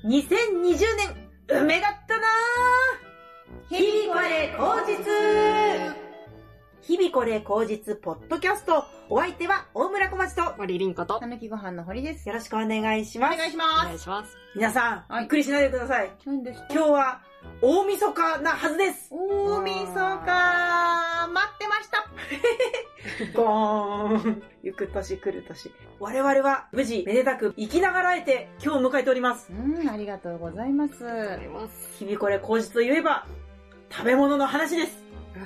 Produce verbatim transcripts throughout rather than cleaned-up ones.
にせんにじゅうねん、梅だったなぁ。日々これ口実。日々これ口実ポッドキャスト。お相手は大村小町と森凛子とたぬきご飯の堀です。 よろしくお願いします。 お願いしおます。 願いします。 皆さん、はい、びっくりしないでください。 何ですか？ 今日は大晦日なはずです。 大晦日、待ってました。 ゴーン。行く年来る年。我々は無事めでたく生きながらえて今日を迎えております。 うん、ありがとうございます。 ありがとうございます。 日々これ口実といえば食べ物の話です。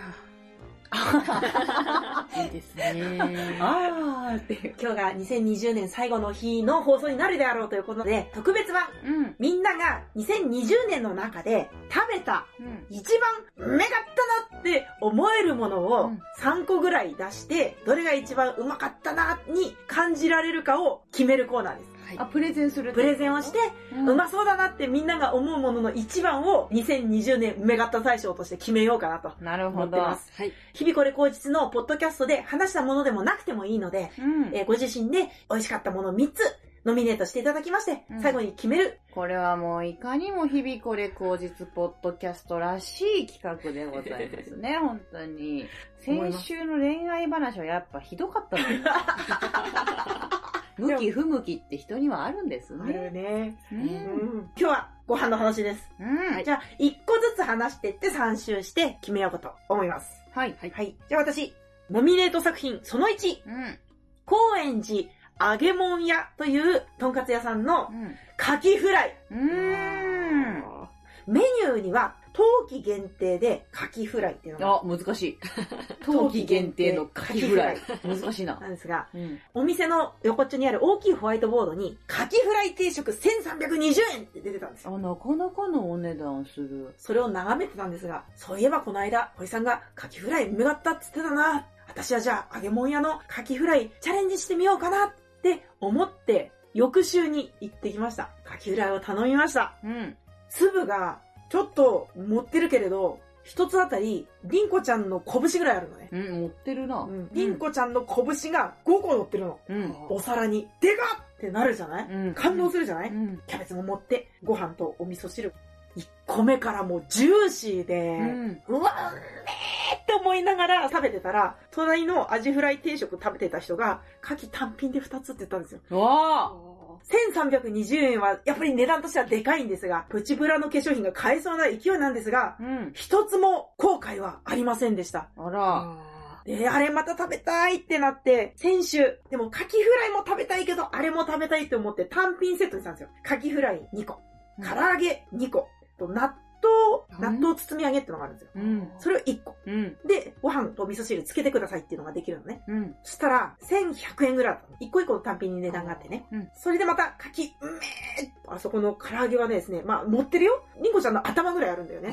いいですね。 あーって。今日がにせんにじゅうねん最後の日の放送になるであろうということで、特別版。 うん。 みんながにせんにじゅうねんの中で食べた、 うん、 一番うめかったなって思えるものをさんこぐらい出して、どれが一番うまかったなに感じられるかを決めるコーナーです。 はい、あ、プレゼンする。 プレゼンをして、うん、うまそうだなってみんなが思うものの一番をにせんにじゅうねんうめかった大賞として決めようかなとなるほど。 思ってます。 はい。 日々これ口実のポッドキャストで話したものでもなくてもいいので、 うんえー、ご自身で美味しかったものみっつノミネートしていただきまして、うん、最後に決める。 これはもういかにも日々これ口実ポッドキャストらしい企画でございますね。本当に。先週の恋愛話はやっぱひどかったのよ。向き不向きって人にはあるんですね。 あるね。 うんうん、今日はご飯の話です。 うん、 はい、じゃあ、いっこずつ話していってさん周して決めようかと思います。 はい。 はい。はい。じゃあ私、ノミネート作品そのいち。 うん。 高円寺揚げ物屋というとんかつ屋さんのカキフライ。 うーん。 メニューには冬季限定でカキフライっていうのが。 あ、難しい。冬季限定のカキフライ。難しいな。 なんですが、 うん、 お店の横っちょにある大きいホワイトボードにカキフライ定食せんさんびゃくにじゅうえんって出てたんですよ。 あ、なかなかのお値段する。 それを眺めてたんですが、そういえばこの間、堀さんがカキフライうめかったって言ってたな。私はじゃあ揚げ物屋のカキフライチャレンジしてみようかなって思って、翌週に行ってきました。カキフライを頼みました。 うん。 粒がちょっと持ってるけれど、一つあたり、りんこちゃんの拳ぐらいあるのね。 うん、持ってるな。 うん。りんこちゃんの拳がごこ乗ってるの。 うん。 お皿に。でかっってなるじゃない、 うん、 感動するじゃない、 うん、 キャベツも持って、ご飯とお味噌汁。いっこめからもうジューシーで、うん、うわ、うめーって思いながら食べてたら、隣のアジフライ定食食べてた人が、牡蠣単品でふたつって言ったんですよ。 わーせんさんびゃくにじゅうえんはやっぱり値段としてはでかいんですが、プチプラの化粧品が買えそうな勢いなんですが、一、うん、つも後悔はありませんでした。 あら。 で、あれまた食べたいってなって、先週、でもカキフライも食べたいけど、あれも食べたいって思って単品セットにしたんですよ。カキフライにこ、唐揚げにこ、と納豆、納豆包み揚げってのがあるんですよ。 うん、 それをいっこ、 うん。で、 ご飯と味噌汁つけてくださいっていうのができるのね。 うん、 そしたら、せんひゃくえんぐらいだったの。いっこいっこの単品に値段があってね。 うん、それでまた、牡蠣、うめーあそこの唐揚げはですね、まあ、持ってるよ。りんこちゃんの頭ぐらいあるんだよね。 うん。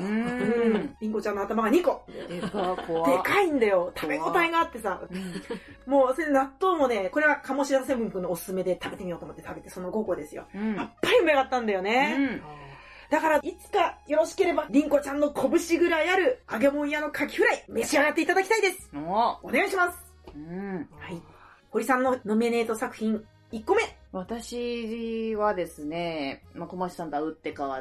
りんこちゃんの頭がにこ。 でか怖でかいんだよ。食べ応えがあってさ。もう、それ納豆もね、これは鴨志田セブン君のおすすめで食べてみようと思って食べて、そのごこですよ。 うん、 やっぱりうめかったんだよね。 うんだから、いつかよろしければ、りんこちゃんの拳ぐらいある揚げ物屋の牡蠣フライ、召し上がっていただきたいです。お願いします。 うん。 はい。堀さんのノミネート作品、いっこめ。 私はですね、まあ、小町さんとは打って変わって、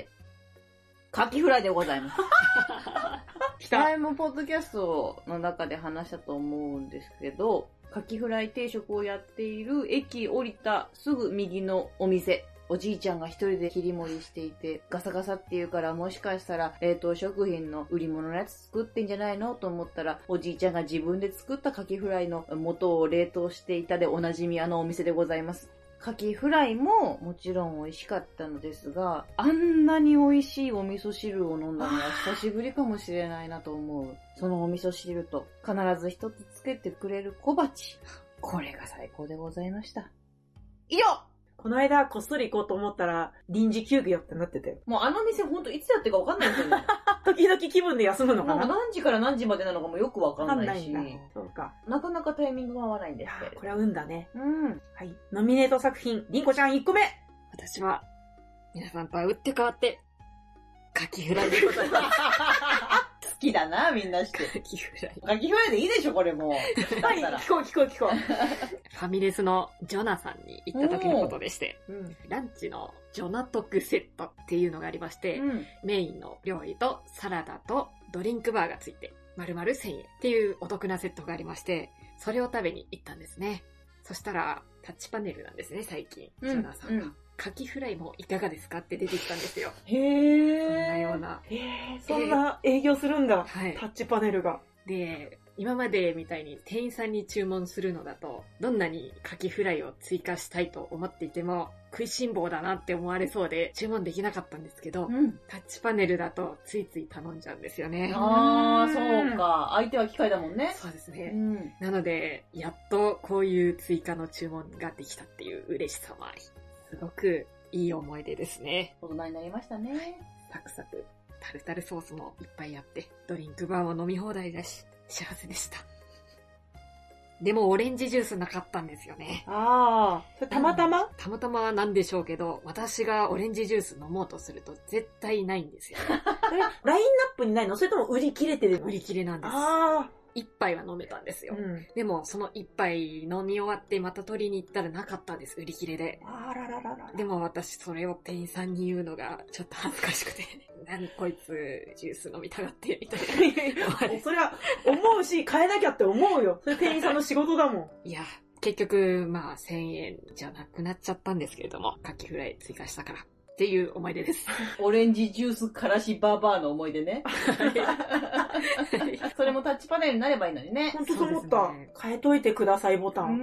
牡蠣フライでございます。 来た。 前もポッドキャストの中で話したと思うんですけど、牡蠣フライ定食をやっている駅降りたすぐ右のお店。おじいちゃんが一人で切り盛りしていて、ガサガサって言うから、もしかしたら冷凍食品の売り物のやつ作ってんじゃないのと思ったら、おじいちゃんが自分で作ったカキフライの元を冷凍していたでおなじみあのお店でございます。カキフライももちろん美味しかったのですが、あんなに美味しいお味噌汁を飲んだのは久しぶりかもしれないなと思う。そのお味噌汁と必ず一つつけてくれる小鉢。これが最高でございました。以上この間こっそり行こうと思ったら臨時休業ってなってて。 もうあの店ほんといつやってかわかんないんですよね。 時々気分で休むのかな。 なんか何時から何時までなのかもよくわかんないし。 わかんないんだ。そうか。 なかなかタイミングが合わないんですけど。 これは運だね。 うん。 はい。ノミネート作品、りんこちゃんいっこめ。 私は、皆さんとは打って変わって、カキフライでございます。 きだな、みんなして。 カキフライ。 カキフライでいいでしょ、これもう。 はい、聞こう聞こう聞こう。 ファミレスのジョナさんに行った時のことでして、 うん、 ランチのジョナ特セットっていうのがありまして、うん、メインの料理とサラダとドリンクバーがついて、丸々せんえんっていうお得なセットがありまして、それを食べに行ったんですね。そしたら、タッチパネルなんですね、最近、ジョナさんが。うん、カキフライもいかがですかって出てきたんですよ。 へー。 そんなような。 へー、そんな営業するんだ。 はい。 タッチパネルが。 で、今までみたいに店員さんに注文するのだと、どんなにカキフライを追加したいと思っていても、食いしん坊だなって思われそうで注文できなかったんですけど、うん、タッチパネルだとついつい頼んじゃうんですよね。 ああ、そうか。相手は機械だもんね。 そうですね。うん、なので、やっとこういう追加の注文ができたっていう嬉しさもあり、すごくいい思い出ですね。 大人になりましたね。 サクサク、タルタルソースもいっぱいあって、ドリンクバーも飲み放題だし、幸せでした。でもオレンジジュースなかったんですよね。 ああ、それたまたま、うん、 たまたまなんでしょうけど、私がオレンジジュース飲もうとすると絶対ないんですよ。 ラインナップにないの？それとも売り切れてるの？ 売り切れなんです。 ああ。 一杯は飲めたんですよ。うん、でも、その一杯飲み終わってまた取りに行ったらなかったんです。売り切れで。 あらららら。 でも私、それを店員さんに言うのがちょっと恥ずかしくて。何こいつ、ジュース飲みたがって、みたいな。 それは思うし、変えなきゃって思うよ。それ店員さんの仕事だもん。いや、結局、まあ、せんえんじゃなくなっちゃったんですけれども、カキフライ追加したから。っていう思い出です。 オレンジジュースからしバーバーの思い出ね。それもタッチパネルになればいいのにね。 ほんとそう思った。ね、変えといてくださいボタン。うん。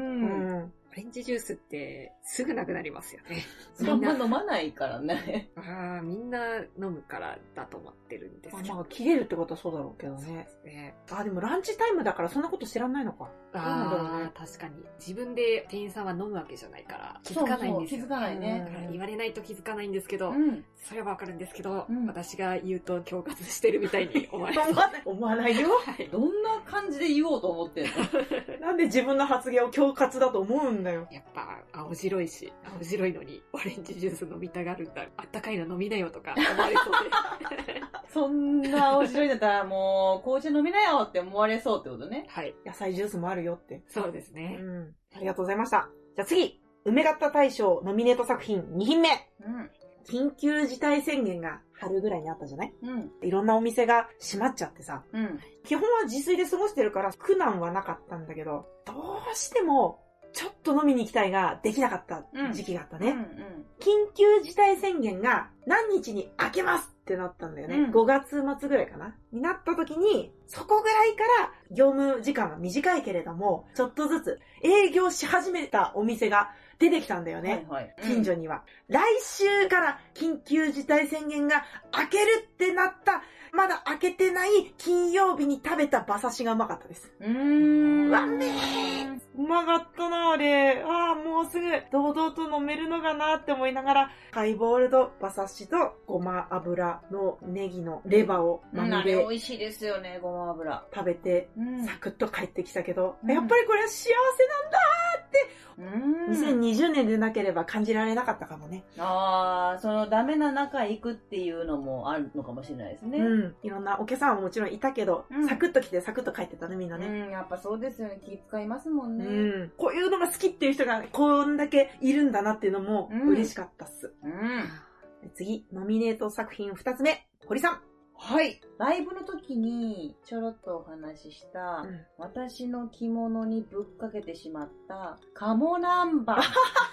うんオレンジジュースってすぐなくなりますよね。 そんな飲まないからね。 ああ、みんな飲むからだと思ってるんですけど。 まあ、切れるってことはそうだろうけどね。そうですね。ああ、でもランチタイムだからそんなこと知らないのか。 ああ、なんだろうね。確かに。自分で店員さんは飲むわけじゃないから気づかないんですよ。 そうそう気づかないね。 だから言われないと気づかないんですけど、うん、それはわかるんですけど、うん、私が言うと恐喝してるみたいに思われる。 思わないよ。 はい。どんな感じで言おうと思ってんの？ なんで自分の発言を恐喝だと思うんだよ。 やっぱ、青白いし、青白いのにオレンジジュース飲みたがるんだ。あったかいの飲みなよとか思われそうで。 そんな青白いんだったらもう、紅茶飲みなよって思われそうってことね。 はい。 野菜ジュースもあるよって。 そうですね。 うん。ありがとうございました。じゃあ次、梅型大賞ノミネート作品に品目。うん。緊急事態宣言が春ぐらいにあったじゃない？うん。いろんなお店が閉まっちゃってさ。うん。基本は自炊で過ごしてるから苦難はなかったんだけど、どうしても、ちょっと飲みに行きたいができなかった時期があったね。うんうんうん、緊急事態宣言が何日に明けますってなったんだよね。うん、ごがつ末ぐらいかなになった時に、そこぐらいから業務時間が短いけれども、ちょっとずつ営業し始めたお店が出てきたんだよね。はいはいうん、近所には。来週から緊急事態宣言が明けるってなった、まだ開けてない金曜日に食べた馬刺しがうまかったです。うーん。うわめー。うまかったな、あれ。ああ、もうすぐ堂々と飲めるのかなって思いながら、ハイボールと馬刺しとごま油のネギのレバーをまみれ、うん、美味しいですよね、ごま油。 食べて、サクッと帰ってきたけど、うん、やっぱりこれは幸せなんだーって、うん、にせんにじゅうねんでなければ感じられなかったかもね。 ああ、そのダメな中行くっていうのもあるのかもしれないですね。 うん。いろんなお客さんはもちろんいたけど、うん、サクッと来てサクッと帰ってたね、みんなね。 うん、やっぱそうですよね。気遣いますもんね。 うん。こういうのが好きっていう人がこんだけいるんだなっていうのも嬉しかったっす。うん。うん、次、ノミネート作品二つ目、堀さん。 はい。ライブの時にちょろっとお話しした、うん、私の着物にぶっかけてしまった鴨南蛮。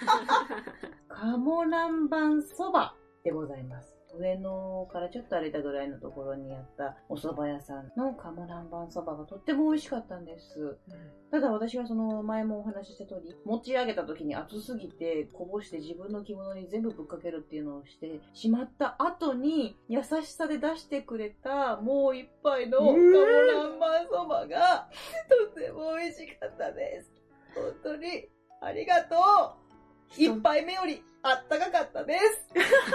鴨南蛮そばでございます。上野からちょっと歩いたぐらいのところにあったお蕎麦屋さんの鴨南蛮そばがとっても美味しかったんです。うん、ただ私はその前もお話しした通り、持ち上げた時に熱すぎてこぼして自分の着物に全部ぶっかけるっていうのをしてしまった後に優しさで出してくれたもう一杯の鴨南蛮そばがとても美味しかったです。本当にありがとう。一杯目よりあったかかったです。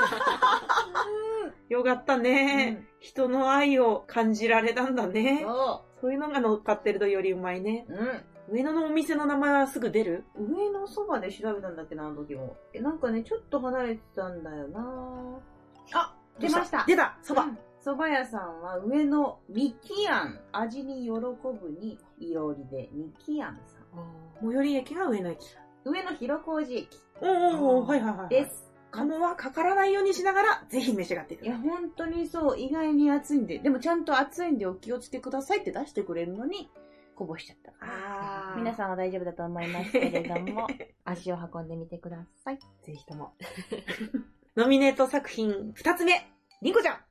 よかったね、うん。人の愛を感じられたんだね。そう。そういうのが乗っかってるとよりうまいね。うん。上野のお店の名前はすぐ出る？ 上野そばで調べたんだっけな、あの時も。え、なんかね、ちょっと離れてたんだよな。 あ、出ました。出たそば、うん、 蕎麦屋さんは上のみきあん、味に喜ぶに、いおりでみきあんさん。 最寄り駅が上野駅。 上野広小路駅。 おーおー、はいはいはい。 です。 鴨はかからないようにしながら、ぜひ召し上がっていただきたい。 いや、本当にそう、意外に熱いんで、でもちゃんと熱いんでお気をつけくださいって出してくれるのに、こぼしちゃった。 あー。 皆さんは大丈夫だと思いますけれども、足を運んでみてください。 ぜひとも。ノミネート作品二つ目、りんこちゃん。 はい。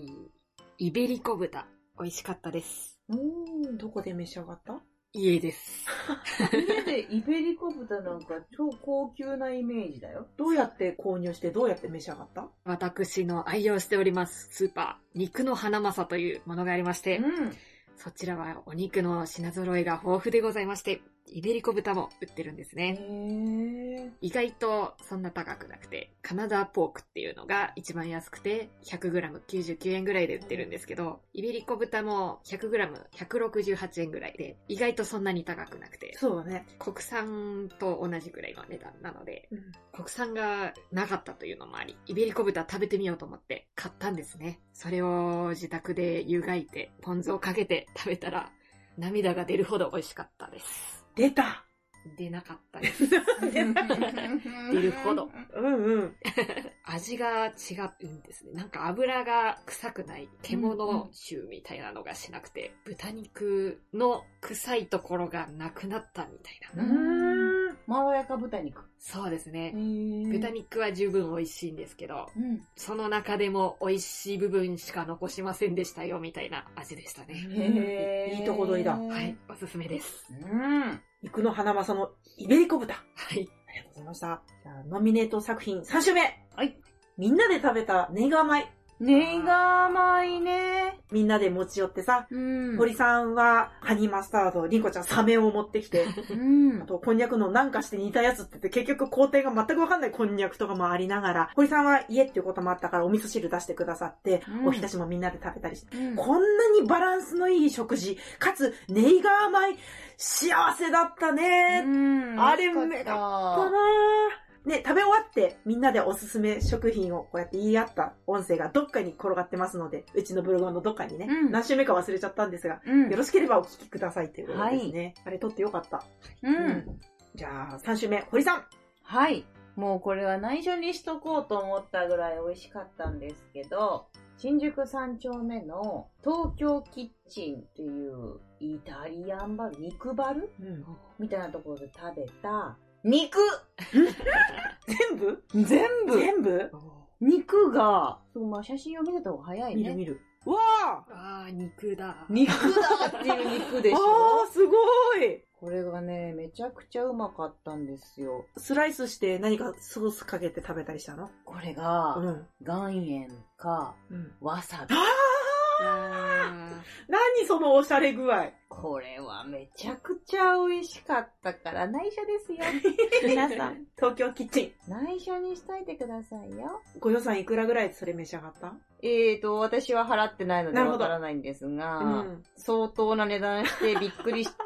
イベリコ豚。美味しかったです。 うーん、どこで召し上がった？ 家です。 家でイベリコ豚なんか超高級なイメージだよ。 どうやって購入してどうやって召し上がった？ 私の愛用しておりますスーパー、肉の花正というものがありまして、 うん、 そちらはお肉の品揃えが豊富でございまして、イベリコ豚も売ってるんですね。 へー。 意外とそんな高くなくて、カナダポークっていうのが一番安くて ひゃくグラムきゅうじゅうきゅうえんぐらいで売ってるんですけど、イベリコ豚も ひゃくグラムひゃくろくじゅうはちえんぐらいで、意外とそんなに高くなくて、 そうだね。 国産と同じぐらいの値段なので、 うん、 国産がなかったというのもあり、イベリコ豚食べてみようと思って買ったんですね。それを自宅で湯がいて、ポン酢をかけて食べたら、涙が出るほど美味しかったです。 出た出なかったです。出るほど。 うんうん。 味が違うんですね。なんか油が臭くない獣臭みたいなのがしなくて、うんうん、豚肉の臭いところがなくなったみたいな。 うーん。まろやか豚肉。 そうですね。豚肉は十分美味しいんですけど、うん、その中でも美味しい部分しか残しませんでしたよみたいな味でしたね。 へー。いいとこ取りだ。 はい、おすすめです。 うん。肉の花正のイベリコ豚。 はい。 ありがとうございました。じゃあ、ノミネート作品さん週目。 はい。 みんなで食べたネイガー米。 ネイガー米ね。 みんなで持ち寄ってさ、 うん、 堀さんはハニーマスタード、りんこちゃんサメを持ってきて、 うん、 あとこんにゃくのなんかして似たやつって言って結局工程が全くわかんないこんにゃくとかもありながら、堀さんは家っていうこともあったからお味噌汁出してくださって、うん、おひたしもみんなで食べたりして、うん、こんなにバランスのいい食事、かつネイガー米、幸せだったね。うん、あれめだったなぁ。ね、食べ終わってみんなでおすすめ食品をこうやって言い合った音声がどっかに転がってますので、うちのブログのどっかにね、うん、何週目か忘れちゃったんですが、うん、よろしければお聞きくださいということですね。はい、あれ撮ってよかった。 うん。うん、 じゃあさん週目、堀さん。 はい。もうこれは内緒にしとこうと思ったぐらい美味しかったんですけど、新宿三丁目の東京キッチンっていうイタリアンバル、肉バル、うん、みたいなところで食べた肉全部全部全部肉が、そう、まあ、写真を見せた方が早いね。 見る見る。うわーあー、肉だ。 肉だっていう肉でしょあー、すごいこれがね、めちゃくちゃうまかったんですよ。 スライスして何かソースかけて食べたりしたの？ これが、うん、岩塩か、うん、わさび。 ああ何そのおしゃれ具合。 これはめちゃくちゃ美味しかったから内緒ですよ。皆さん。 東京キッチン。内緒にしといてくださいよ。 ご予算いくらぐらいでそれ召し上がった？ えーと、私は払ってないのでわからないんですが、うん、相当な値段してびっくりして、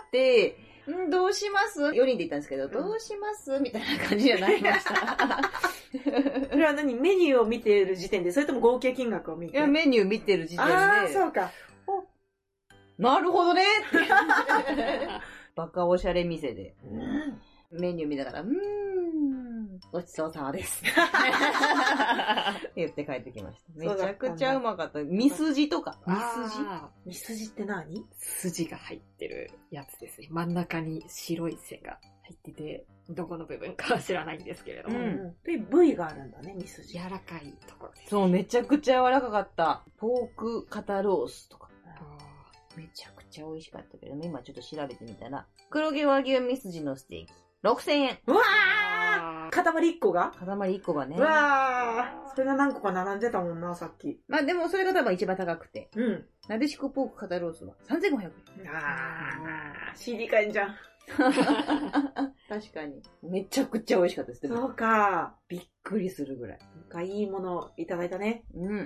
んどうします ?よにんで行ったんですけど、どうしますみたいな感じにはなりました。 それは何メニューを見ている時点で、それとも合計金額を見て？ いや、メニュー見てる時点で。 ああ、そうか。 なるほどねバカおしゃれ店で。うん、メニュー見ながら、うーん、ごちそうさまです。言って帰ってきました。めちゃくちゃうまかった。ミスジとか。 ミスジミスジって何？ 筋が入ってるやつですね。真ん中に白い線が入ってて、どこの部分かは知らないんですけれども。うん。 で、部位があるんだね、ミスジ。 柔らかいところです。 そう、めちゃくちゃ柔らかかった。ポーク肩ロースとか。めちゃくちゃ美味しかったけどね、今ちょっと調べてみたら、黒毛和牛ミスジのステーキ、ろくせんえん。 うわー塊いっこが塊いっこがね。 うわーそれが何個か並んでたもんな、さっき。 まあでもそれが多分一番高くて。 うん。 なでしこポーク肩ロースはさんぜんごひゃくえん。 あー、シーディー 買えんじゃん。 確かに。めちゃくちゃ美味しかったです。 そうか。 びっくりするぐらい。 なんかいいものをいただいたね。 うん。うん。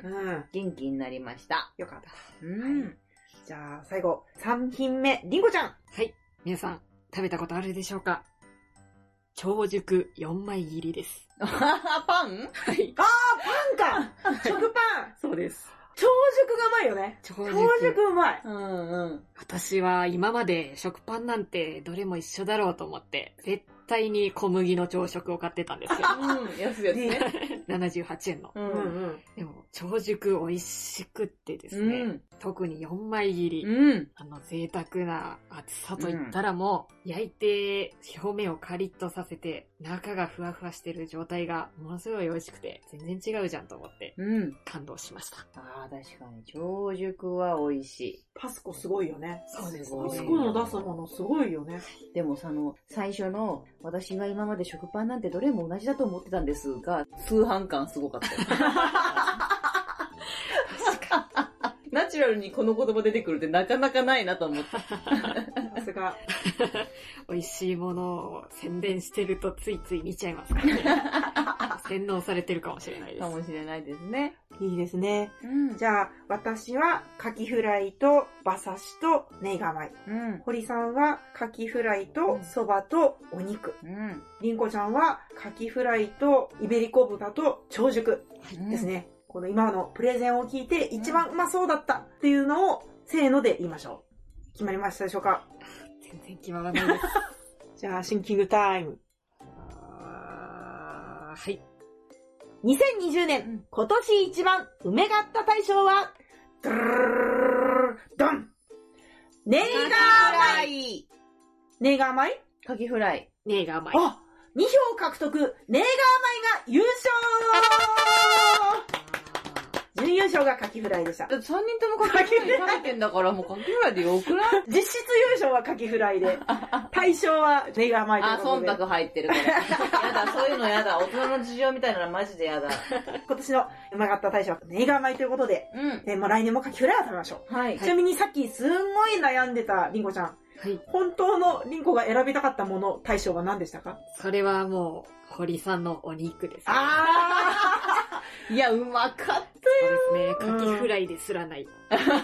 元気になりました。 よかった。 うん。はい、 じゃあ、最後、さん品目、りんごちゃん。 はい。皆さん、食べたことあるでしょうか？超熟よんまい切りです。 パン？ はい。 あー、パンか食パンそうです。 長熟がうまいよね。 長熟。 長熟うまい。 うんうん。 私は今まで食パンなんてどれも一緒だろうと思って、絶対に小麦の朝食を買ってたんですよ。 うん、安いやつね。 ななじゅうはちえんの。 うんうん。 でも、長熟美味しくってですね、うん、特によんまい切り、うん、あの贅沢な厚さといったらもう、焼いて表面をカリッとさせて、中がふわふわしてる状態がものすごい美味しくて、全然違うじゃんと思って、うん、感動しました。 ああ、確かに。長熟は美味しい。 パスコすごいよね。 そうですね。パスコの出すものすごいよね。 でもその、最初の、私が今まで食パンなんてどれも同じだと思ってたんですが、通販感すごかったよ。確かに。ナチュラルにこの言葉出てくるってなかなかないなと思った。 さすが。 美味しいものを宣伝してるとついつい見ちゃいますからね。洗脳されてるかもしれないです。 かもしれないですね。 いいですね。うん、じゃあ、私はカキフライと馬刺しとネガマイ。うん、堀さんはカキフライとそばとお肉。うん、りんこちゃんはカキフライとイベリコ豚と長熟ですね。うん、この今のプレゼンを聞いて一番うまそうだったっていうのをせーので言いましょう。決まりましたでしょうか？ 全然決まらないです。 じゃあ、シンキングタイム。 あはい。 にせんにじゅうねん、うん、今年一番梅がった大賞は、ドゥルルルルドンネーガーマイネーガーマイカキフライ。 ネーガーマイ。 あ、に票獲得、ネーガーマイが優勝準優勝がカキフライでした。 だってさんにんともカキフライ食べてんだから、もうカキフライでよくない？ 実質優勝はカキフライで、大賞はネイガーマイということで。 あ、忖度入ってるから。やだ、そういうのやだ。大人の事情みたいなのマジでやだ。 今年のうまかった大賞はネイガーマイということで、うん、でもう来年もカキフライを食べましょう。はい。ちなみにさっきすんごい悩んでたリンゴちゃん。はい。本当のリンコが選びたかったもの、大賞は何でしたか？ それはもう、堀さんのお肉です、ね。 あーいや、うまかったよ。 そうですね。カキフライですらない。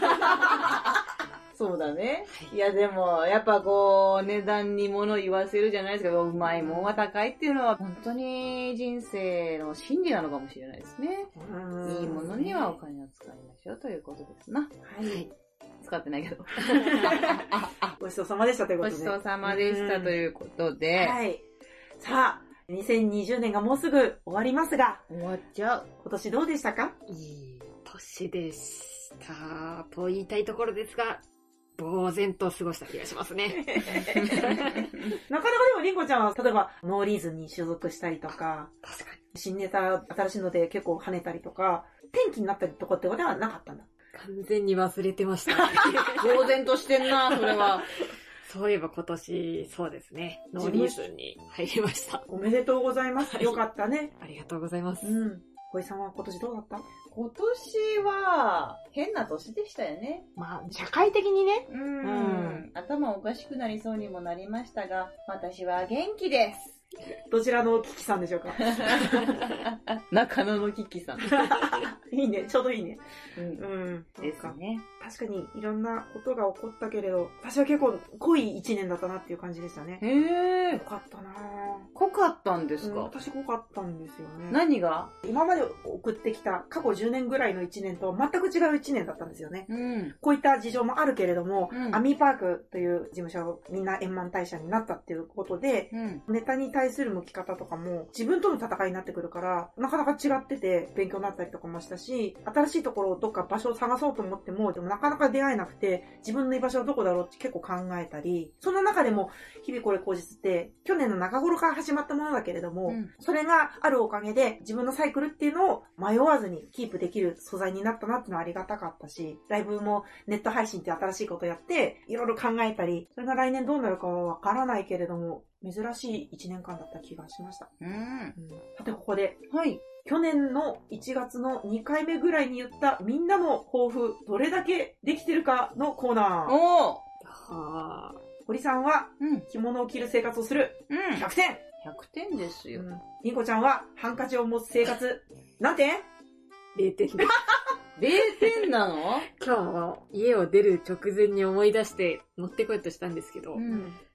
そうだね。はい、いや、でも、やっぱこう、値段に物言わせるじゃないですけど、うまいもんは高いっていうのは、本当に人生の真理なのかもしれないですね。いいものにはお金を使いましょうということですな。はい。使ってないけど。 ごちそうさまでしたということで。 ごちそうさまでしたということで。 はい。さあ、にせんにじゅうねんがもうすぐ終わりますが。 終わっちゃう。 今年どうでしたか？ いい年でしたと言いたいところですが、呆然と過ごした気がしますね。 なかなかでもりんこちゃんは、例えばノーリーズに所属したりとか、 確かに新ネタ、新しいので結構跳ねたりとか、転機になったりとかってことはなかったんだ。 完全に忘れてました、ね。 呆然としてんな、それは。 そういえば今年、そうですね。ノーリーズに入りました。 おめでとうございます。よかったね。 ありがとうございます。 うん。小井さんは今年どうだった？ 今年は、変な年でしたよね。 まあ、社会的にね。 うん。うん、頭おかしくなりそうにもなりましたが、私は元気です。 どちらのキキさんでしょうか？ 中野のキキさん。 いいね、ちょうどいいね。 うん。うん。ですかね。 確かにいろんなことが起こったけれど、私は結構濃い一年だったなっていう感じでしたね。 へー。 濃かったなぁ。 濃かったんですか？うん、 私濃かったんですよね。 何が？ 今まで送ってきた過去じゅうねんぐらいのいちねんと全く違ういちねんだったんですよね。うん。こういった事情もあるけれども、うん、アミーパークという事務所をみんな円満退社になったっていうことで、うん、ネタに対する向き方とかも自分との戦いになってくるから、なかなか違ってて勉強になったりとかもしたし、新しいところをどっか場所を探そうと思っても、でもなかなか出会えなくて、自分の居場所はどこだろうって結構考えたり、その中でも日々これ口実って去年の中頃から始まったものだけれども、うん、それがあるおかげで自分のサイクルっていうのを迷わずにキープできる素材になったなっていうのはありがたかったし、ライブもネット配信って新しいことやっていろいろ考えたり、それが来年どうなるかはわからないけれども、珍しいいちねんかんだった気がしました。うん。うん、さてここで、はい。去年のいちがつのにかいめぐらいに言ったみんなの抱負、どれだけできてるかのコーナー。 おー。 はー。堀さんは、うん、着物を着る生活をする。うん。ひゃくてん。 ひゃくてんですよ。うん、 りんこちゃんは、ハンカチを持つ生活。何点？ れいてんです。 れいてんなの？ 今日、家を出る直前に思い出して持ってこようとしたんですけど、うん、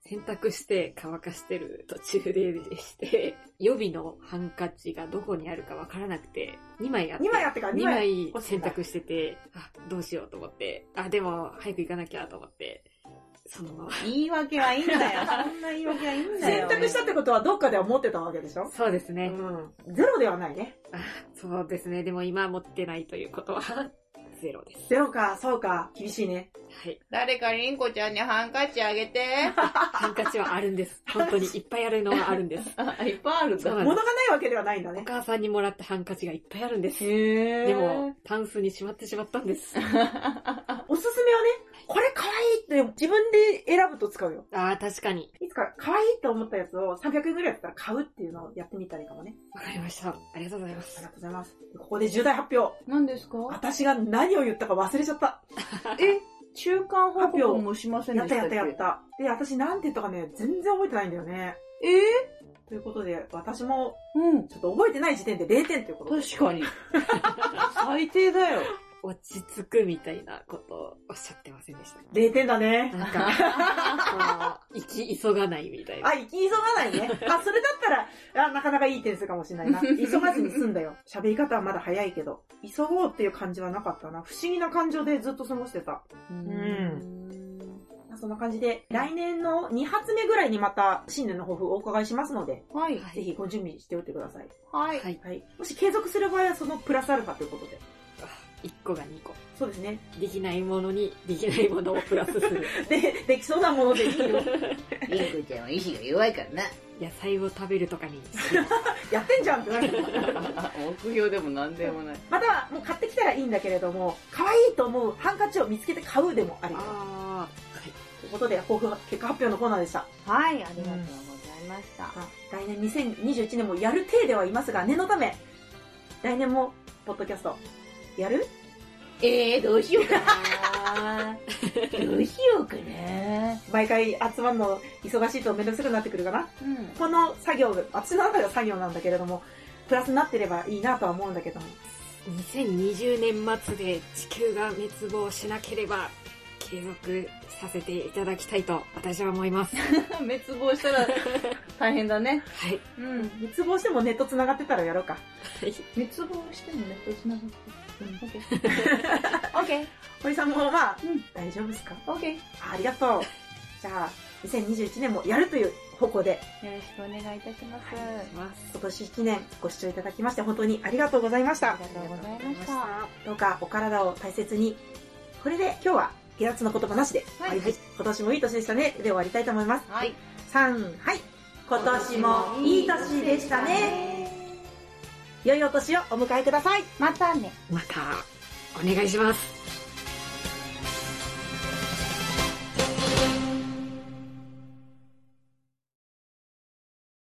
洗濯して乾かしてる途中ででして、予備のハンカチがどこにあるかわからなくて、にまいあって、 にまいあってか、 にまい洗濯してて、あ、どうしようと思って、あ、でも早く行かなきゃと思って、そのまま。 言い訳はいいんだよ。そんな言い訳はいいんだよ。 洗濯したってことはどっかでは持ってたわけでしょ？ そうですね。 うん。ゼロではないね。 あ、そうですね。でも今持ってないということは、ゼロです。 ゼロか、そうか。厳しいね。 はい。 誰かリンコちゃんにハンカチあげて。 ハンカチはあるんです。本当にいっぱいあるのはあるんです。 あ、いっぱいあるんだ。 物がないわけではないんだね。 お母さんにもらったハンカチがいっぱいあるんです。 へー。 でも、タンスにしまってしまったんです。 おすすめはね、これ可愛いって自分で選ぶと使うよ。 ああ、確かに。 いつか可愛いって思ったやつをさんびゃくえんぐらいだったら買うっていうのをやってみたらいいかもね。 わかりました。ありがとうございまありす。 がとうございます。ここで重大発表。 何ですか？ 私が何を言ったか忘れちゃった。 え中間報告もしませんでしたっけ？ やったやったやった。で、私なんて言ったかね、全然覚えてないんだよね。 えー、 ということで、私も、 うん。 ちょっと覚えてない時点でれいてんということで。 確かに。最低だよ。 落ち着くみたいなことをおっしゃってませんでした。 れいてんだね。 なんか、こう、生き急がないみたいな。 あ、生き急がないね。あ、それだったら、あ、なかなかいい点数かもしれないな。急がずに済んだよ。喋り方はまだ早いけど。急ごうっていう感じはなかったな。不思議な感情でずっと過ごしてた。 ううんん。そんな感じで、来年のに発目ぐらいにまた新年の抱負をお伺いしますので、 はい。 はいぜひご準備しておいてください。 はい。 はい。 はい。もし継続する場合はそのプラスアルファということで。 いっこがにこ。 そうですね。 できないものにできないものをプラスする。 で、できそうなものでいいよ。 リンコちゃんは意志が弱いからな。 野菜を食べるとかにしよう。 やってんじゃんってなる。 目標でも何でもない。 または、もう買ってきたらいいんだけれども、可愛いと思うハンカチを見つけて買うでもありよ。 あはい。ということで、抱負結果発表のコーナーでした。 はい、ありがとうございました。 あ来年にせんにじゅういちねんもやる体ではいますが、念のため、来年も、ポッドキャスト、やる？ えー、どうしようかなどうしようかな毎回集まるの忙しいとめんどくさくなってくるかな。 うん。 この作業、私の中では作業なんだけれども、プラスになってればいいなとは思うんだけども。 にせんにじゅうねん末で地球が滅亡しなければ継続させていただきたいと私は思います。 滅亡したら大変だね。 はい。 うん。 滅亡してもネット繋がってたらやろうか。 滅亡してもネット繋がってる。うん、オッケー。オッケー。 堀さんもまあ、 うん、 大丈夫ですか？ オッケー。 あありがとう。じゃあ、にせんにじゅういちねんもやるという方向で、 よろしくお願いいたします。 今年いちねんご視聴いただきまして本当にありがとうございました。 ありがとうございました。 どうかお体を大切に。これで今日は下脱の言葉なしで、 はいはいはい、今年もいい年でしたね。で終わりたいと思います。 はい。 さん、はい。今年もいい年でしたね。良いお年をお迎えください。 またね。 また、お願いします。